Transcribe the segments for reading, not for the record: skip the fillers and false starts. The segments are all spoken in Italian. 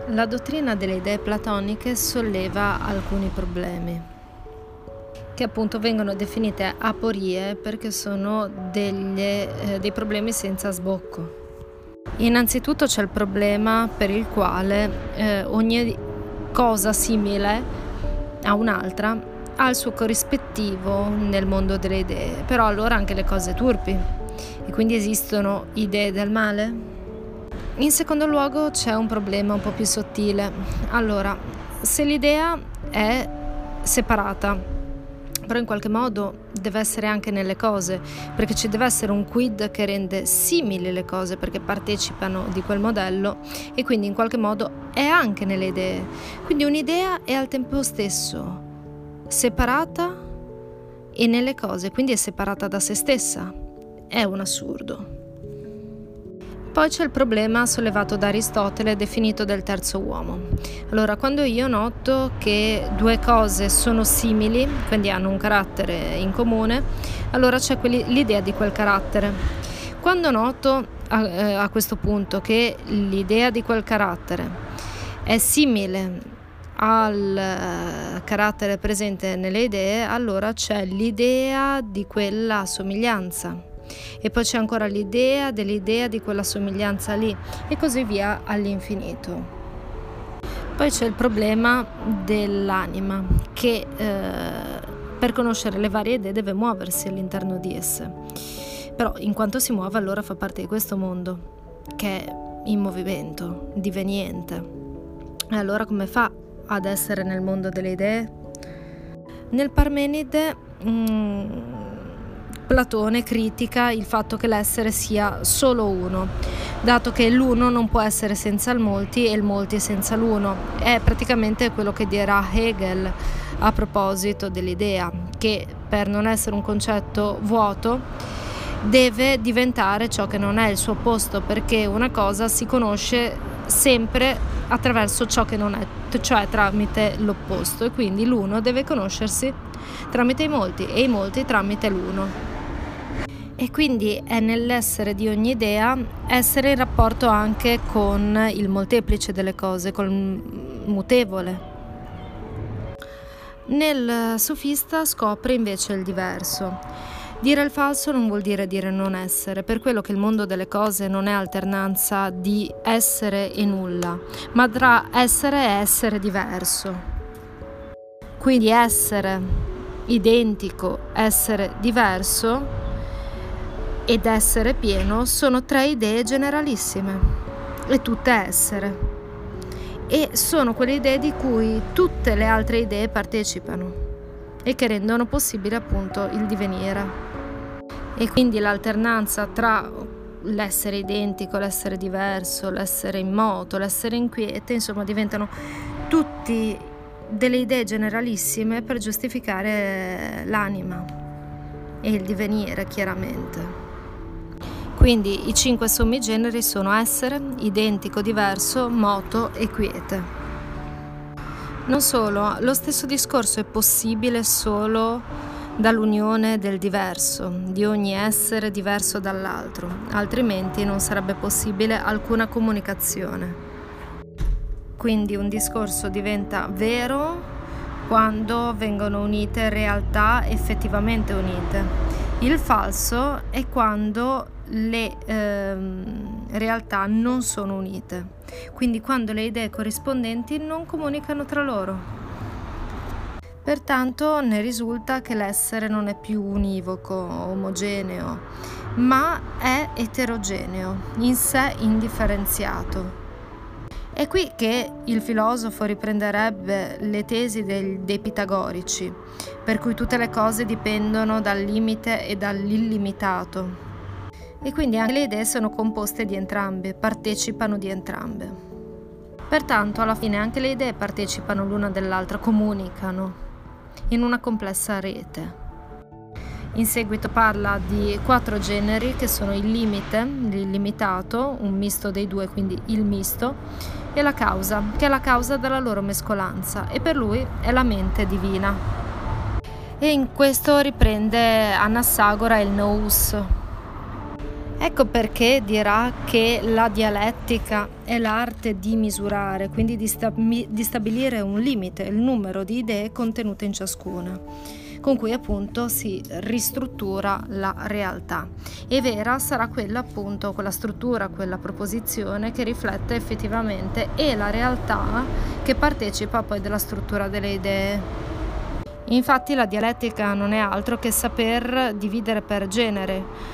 La dottrina delle idee platoniche solleva alcuni problemi, che appunto vengono definite aporie perché sono dei problemi senza sbocco. Innanzitutto c'è il problema per il quale ogni cosa simile a un'altra ha il suo corrispettivo nel mondo delle idee, però allora anche le cose turpi, e quindi esistono idee del male? In secondo luogo c'è un problema un po' più sottile. Allora, se l'idea è separata, però in qualche modo deve essere anche nelle cose, perché ci deve essere un quid che rende simili le cose perché partecipano di quel modello, e quindi in qualche modo è anche nelle idee. Quindi un'idea è al tempo stesso separata e nelle cose, quindi è separata da se stessa. È un assurdo. Poi c'è il problema sollevato da Aristotele, definito del terzo uomo. Allora, quando io noto che due cose sono simili, quindi hanno un carattere in comune, allora c'è l'idea di quel carattere. Quando noto a questo punto che l'idea di quel carattere è simile al carattere presente nelle idee, allora c'è l'idea di quella somiglianza. E poi c'è ancora l'idea dell'idea di quella somiglianza lì, e così via all'infinito. Poi c'è il problema dell'anima, che per conoscere le varie idee deve muoversi all'interno di esse, però in quanto si muove allora fa parte di questo mondo che è in movimento, diveniente. E allora come fa ad essere nel mondo delle idee? Nel Parmenide Platone critica il fatto che l'essere sia solo uno, dato che l'uno non può essere senza il molti e il molti senza l'uno. È praticamente quello che dirà Hegel a proposito dell'idea, che per non essere un concetto vuoto deve diventare ciò che non è il suo opposto, perché una cosa si conosce sempre attraverso ciò che non è, cioè tramite l'opposto, e quindi l'uno deve conoscersi tramite i molti e i molti tramite l'uno. E quindi è nell'essere di ogni idea essere in rapporto anche con il molteplice delle cose, col mutevole. Nel sofista scopre invece il diverso. Dire il falso non vuol dire non essere, per quello che il mondo delle cose non è alternanza di essere e nulla, ma tra essere e essere diverso. Quindi essere identico, essere diverso ed essere pieno sono tre idee generalissime, e tutte essere, e sono quelle idee di cui tutte le altre idee partecipano e che rendono possibile appunto il divenire. E quindi l'alternanza tra l'essere identico, l'essere diverso, l'essere in moto, l'essere inquiete, insomma diventano tutti delle idee generalissime per giustificare l'anima e il divenire, chiaramente. Quindi i 5 sommi generi sono essere, identico, diverso, moto e quiete. Non solo, lo stesso discorso è possibile solo dall'unione del diverso, di ogni essere diverso dall'altro, altrimenti non sarebbe possibile alcuna comunicazione. Quindi un discorso diventa vero quando vengono unite realtà effettivamente unite. Il falso è quando le realtà non sono unite, quindi quando le idee corrispondenti non comunicano tra loro. Pertanto ne risulta che l'essere non è più univoco, omogeneo, ma è eterogeneo, in sé indifferenziato. È qui che il filosofo riprenderebbe le tesi dei pitagorici, per cui tutte le cose dipendono dal limite e dall'illimitato. E quindi anche le idee sono composte di entrambe, partecipano di entrambe. Pertanto alla fine anche le idee partecipano l'una dell'altra, comunicano in una complessa rete. In seguito parla di 4 generi che sono il limite, l'illimitato, un misto dei due, quindi il misto, e la causa, che è la causa della loro mescolanza, e per lui è la mente divina. E in questo riprende Anassagora il nous. Ecco perché dirà che la dialettica è l'arte di misurare, quindi di stabilire un limite, il numero di idee contenute in ciascuna, con cui appunto si ristruttura la realtà. E vera sarà quella appunto, quella struttura, quella proposizione che riflette effettivamente e la realtà che partecipa poi della struttura delle idee. Infatti la dialettica non è altro che saper dividere per genere,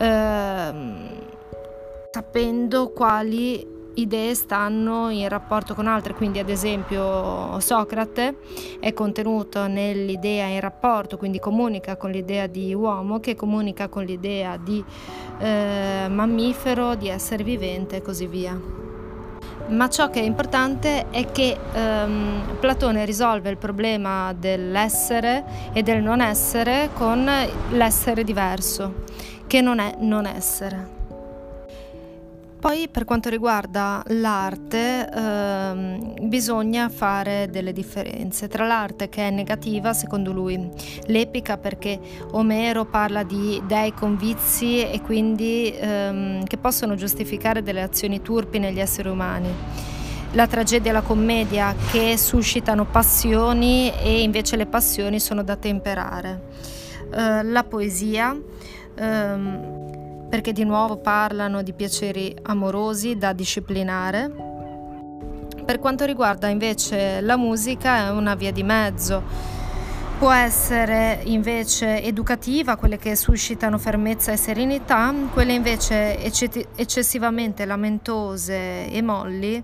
sapendo quali idee stanno in rapporto con altre. Quindi ad esempio Socrate è contenuto nell'idea in rapporto, quindi comunica con l'idea di uomo, che comunica con l'idea di mammifero, di essere vivente e così via. Ma ciò che è importante è che Platone risolve il problema dell'essere e del non essere con l'essere diverso, che non è non essere. Poi per quanto riguarda l'arte bisogna fare delle differenze tra l'arte che è negativa, secondo lui, l'epica, perché Omero parla di dei con vizi e quindi che possono giustificare delle azioni turpi negli esseri umani, la tragedia e la commedia che suscitano passioni e invece le passioni sono da temperare, la poesia, perché di nuovo parlano di piaceri amorosi da disciplinare. Per quanto riguarda invece la musica è una via di mezzo, può essere invece educativa, quelle che suscitano fermezza e serenità, quelle invece eccessivamente lamentose e molli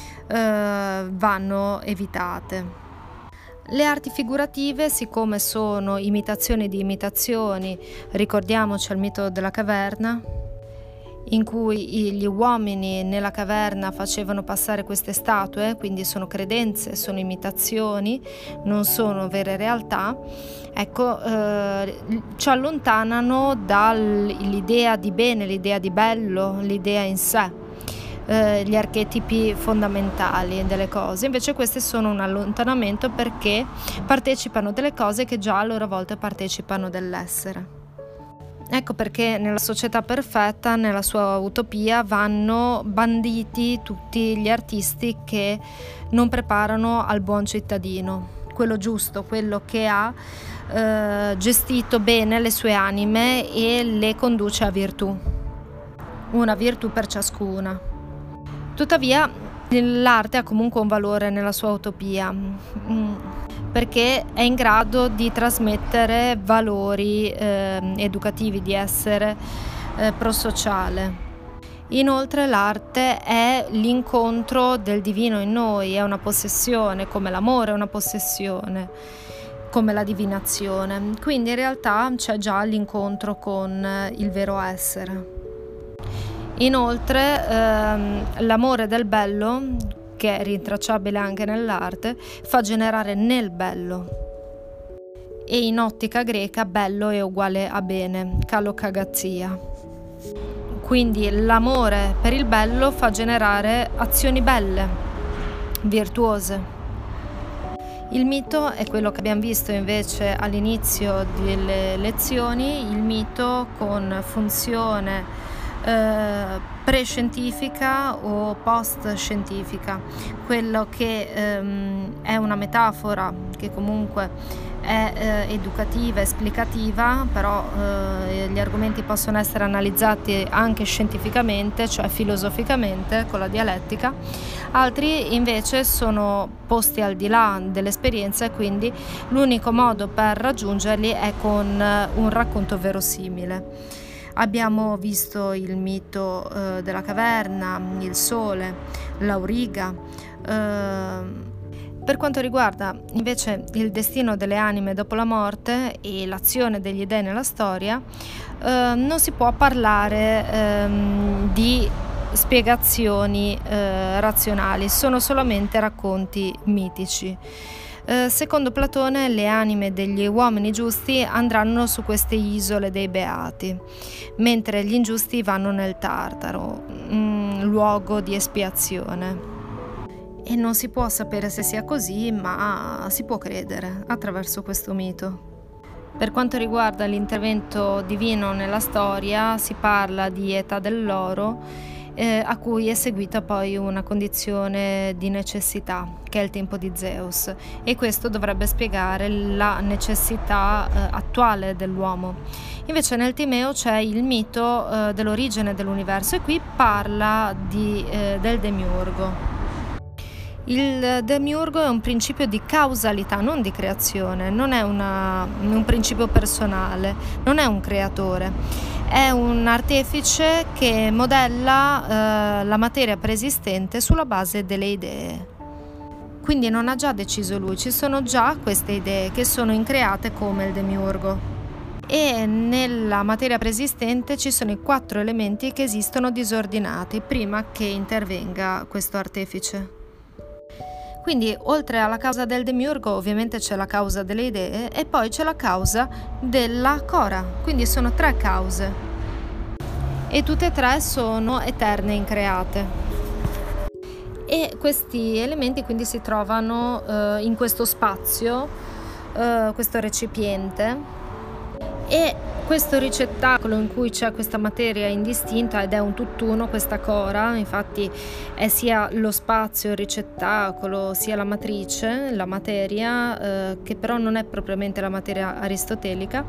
vanno evitate. Le arti figurative, siccome sono imitazioni di imitazioni, ricordiamoci il mito della caverna, in cui gli uomini nella caverna facevano passare queste statue, quindi sono credenze, sono imitazioni, non sono vere realtà, ecco, ci allontanano dall'idea di bene, l'idea di bello, l'idea in sé, gli archetipi fondamentali delle cose. Invece queste sono un allontanamento perché partecipano delle cose che già a loro volta partecipano dell'essere. Ecco perché nella società perfetta, nella sua utopia, vanno banditi tutti gli artisti che non preparano al buon cittadino, quello giusto, quello che ha gestito bene le sue anime e le conduce a virtù, una virtù per ciascuna. Tuttavia l'arte ha comunque un valore nella sua utopia, perché è in grado di trasmettere valori educativi, di essere prosociale. Inoltre l'arte è l'incontro del divino in noi, è una possessione, come l'amore è una possessione, come la divinazione. Quindi in realtà c'è già l'incontro con il vero essere. Inoltre l'amore del bello, che è rintracciabile anche nell'arte, fa generare nel bello. E in ottica greca bello è uguale a bene, kalokagazzia. Quindi l'amore per il bello fa generare azioni belle, virtuose. Il mito è quello che abbiamo visto invece all'inizio delle lezioni, il mito con funzione prescientifica o post-scientifica, quello che è una metafora che comunque è educativa, esplicativa, però gli argomenti possono essere analizzati anche scientificamente, cioè filosoficamente con la dialettica. Altri invece sono posti al di là dell'esperienza e quindi l'unico modo per raggiungerli è con un racconto verosimile. Abbiamo visto il mito della caverna, il sole, l'auriga. Per quanto riguarda invece il destino delle anime dopo la morte e l'azione degli dei nella storia, non si può parlare di spiegazioni razionali, sono solamente racconti mitici. Secondo Platone, le anime degli uomini giusti andranno su queste isole dei beati, mentre gli ingiusti vanno nel Tartaro, luogo di espiazione. E non si può sapere se sia così, ma si può credere attraverso questo mito. Per quanto riguarda l'intervento divino nella storia, si parla di età dell'oro, a cui è seguita poi una condizione di necessità, che è il tempo di Zeus, e questo dovrebbe spiegare la necessità attuale dell'uomo. Invece nel Timeo c'è il mito dell'origine dell'universo, e qui parla del demiurgo. Il demiurgo è un principio di causalità, non di creazione, non è un principio personale, non è un creatore, è un artefice che modella la materia preesistente sulla base delle idee. Quindi non ha già deciso lui, ci sono già queste idee che sono increate come il demiurgo. E nella materia preesistente ci sono i 4 elementi che esistono disordinati prima che intervenga questo artefice. Quindi oltre alla causa del demiurgo ovviamente c'è la causa delle idee e poi c'è la causa della Cora, quindi sono 3 cause e tutte e 3 sono eterne increate. E questi elementi quindi si trovano in questo spazio, questo recipiente, e questo ricettacolo in cui c'è questa materia indistinta ed è un tutt'uno, questa Cora, infatti è sia lo spazio, il ricettacolo, sia la matrice, la materia, che però non è propriamente la materia aristotelica,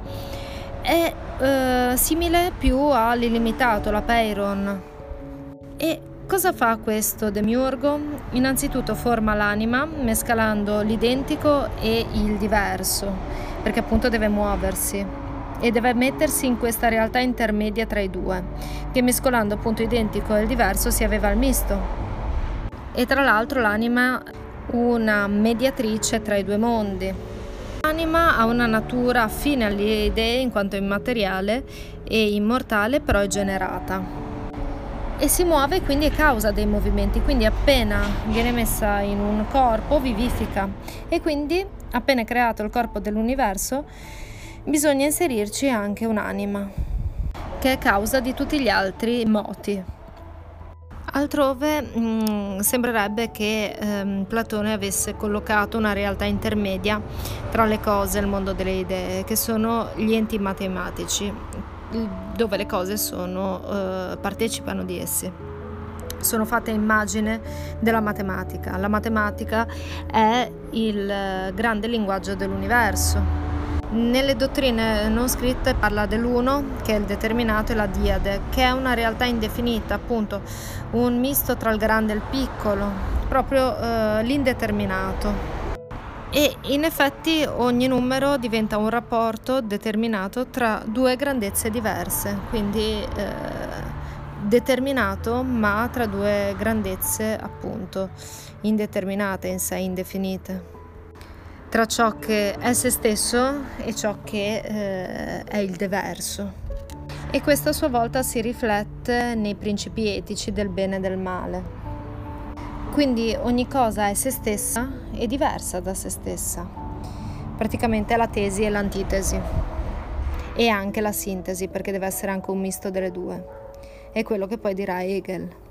è simile più all'illimitato, la Peiron. E cosa fa questo demiurgo? Innanzitutto forma l'anima mescolando l'identico e il diverso, perché appunto deve muoversi e deve mettersi in questa realtà intermedia tra i due, che mescolando appunto identico e il diverso si aveva il misto. E tra l'altro l'anima una mediatrice tra i 2 mondi. L'anima ha una natura affine alle idee in quanto immateriale e immortale, però è generata. E si muove, quindi è causa dei movimenti, quindi appena viene messa in un corpo vivifica, e quindi appena è creato il corpo dell'universo bisogna inserirci anche un'anima, che è causa di tutti gli altri moti. Altrove sembrerebbe che Platone avesse collocato una realtà intermedia tra le cose e il mondo delle idee, che sono gli enti matematici, dove le cose partecipano di essi. Sono fatte immagine della matematica. La matematica è il grande linguaggio dell'universo. Nelle dottrine non scritte parla dell'uno, che è il determinato, e la diade, che è una realtà indefinita, appunto, un misto tra il grande e il piccolo, proprio l'indeterminato. E in effetti ogni numero diventa un rapporto determinato tra 2 grandezze diverse, quindi determinato ma tra 2 grandezze appunto indeterminate, in sé indefinite, tra ciò che è se stesso e ciò che è il diverso. E questo a sua volta si riflette nei principi etici del bene e del male. Quindi ogni cosa è se stessa e diversa da se stessa. Praticamente è la tesi e l'antitesi. E anche la sintesi, perché deve essere anche un misto delle 2. È quello che poi dirà Hegel.